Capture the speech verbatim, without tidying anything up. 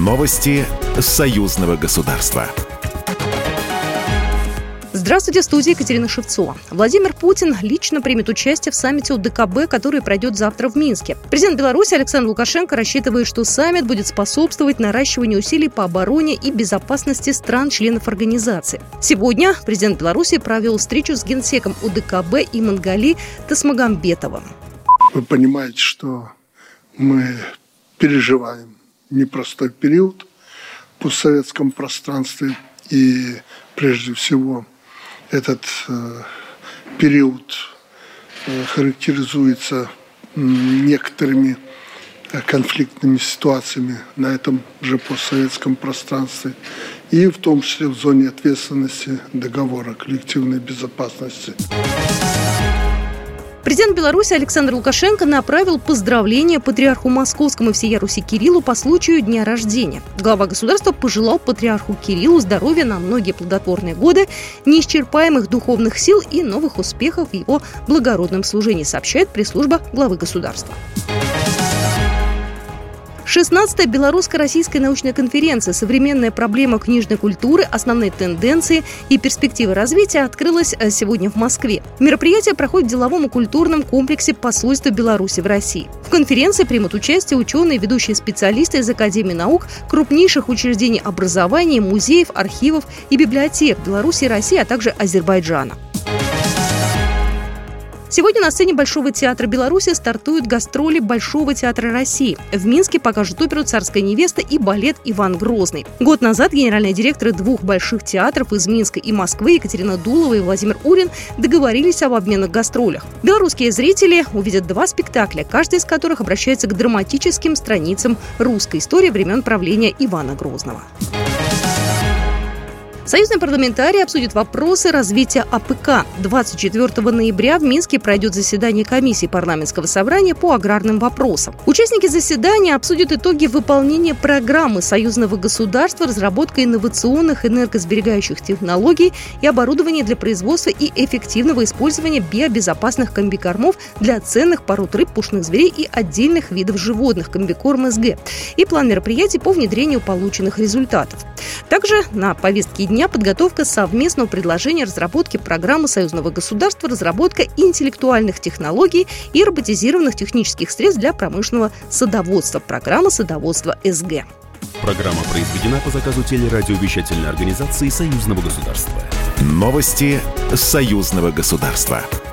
Новости союзного государства. Здравствуйте, в студии Екатерина Шевцова. Владимир Путин лично примет участие в саммите ОДКБ, который пройдет завтра в Минске. Президент Беларуси Александр Лукашенко рассчитывает, что саммит будет способствовать наращиванию усилий по обороне и безопасности стран-членов организации. Сегодня президент Беларуси провел встречу с генсеком ОДКБ Имангали Тасмагамбетовым. Вы понимаете, что мы переживаем непростой период в постсоветском пространстве, и прежде всего этот э, период э, характеризуется э, некоторыми э, конфликтными ситуациями на этом же постсоветском пространстве, и в том числе в зоне ответственности договора коллективной безопасности. Президент Беларуси Александр Лукашенко направил поздравления патриарху Московскому и всея Руси Кириллу по случаю дня рождения. Глава государства пожелал патриарху Кириллу здоровья на многие плодотворные годы, неисчерпаемых духовных сил и новых успехов в его благородном служении, сообщает пресс-служба главы государства. шестнадцатая белорусско-российская научная конференция «Современная проблема книжной культуры. Основные тенденции и перспективы развития» открылась сегодня в Москве. Мероприятие проходит в деловом и культурном комплексе посольства Беларуси в России. В конференции примут участие ученые и ведущие специалисты из Академии наук, крупнейших учреждений образования, музеев, архивов и библиотек Беларуси и России, а также Азербайджана. Сегодня на сцене Большого театра Беларуси стартуют гастроли Большого театра России. В Минске покажут оперу «Царская невеста» и балет «Иван Грозный». Год назад генеральные директоры двух больших театров из Минска и Москвы Екатерина Дулова и Владимир Урин договорились об обменных гастролях. Белорусские зрители увидят два спектакля, каждый из которых обращается к драматическим страницам русской истории времен правления Ивана Грозного. Союзные парламентарии обсудят вопросы развития АПК. двадцать четвёртого ноября в Минске пройдет заседание комиссии парламентского собрания по аграрным вопросам. Участники заседания обсудят итоги выполнения программы союзного государства «Разработка инновационных энергосберегающих технологий и оборудования для производства и эффективного использования биобезопасных комбикормов для ценных пород рыб, пушных зверей и отдельных видов животных комбикорм СГ» и план мероприятий по внедрению полученных результатов. Также на повестке дня подготовка совместного предложения разработки программы союзного государства «Разработка интеллектуальных технологий и роботизированных технических средств для промышленного садоводства». Программа садоводства СГ. Программа произведена по заказу телерадиовещательной организации союзного государства. Новости союзного государства.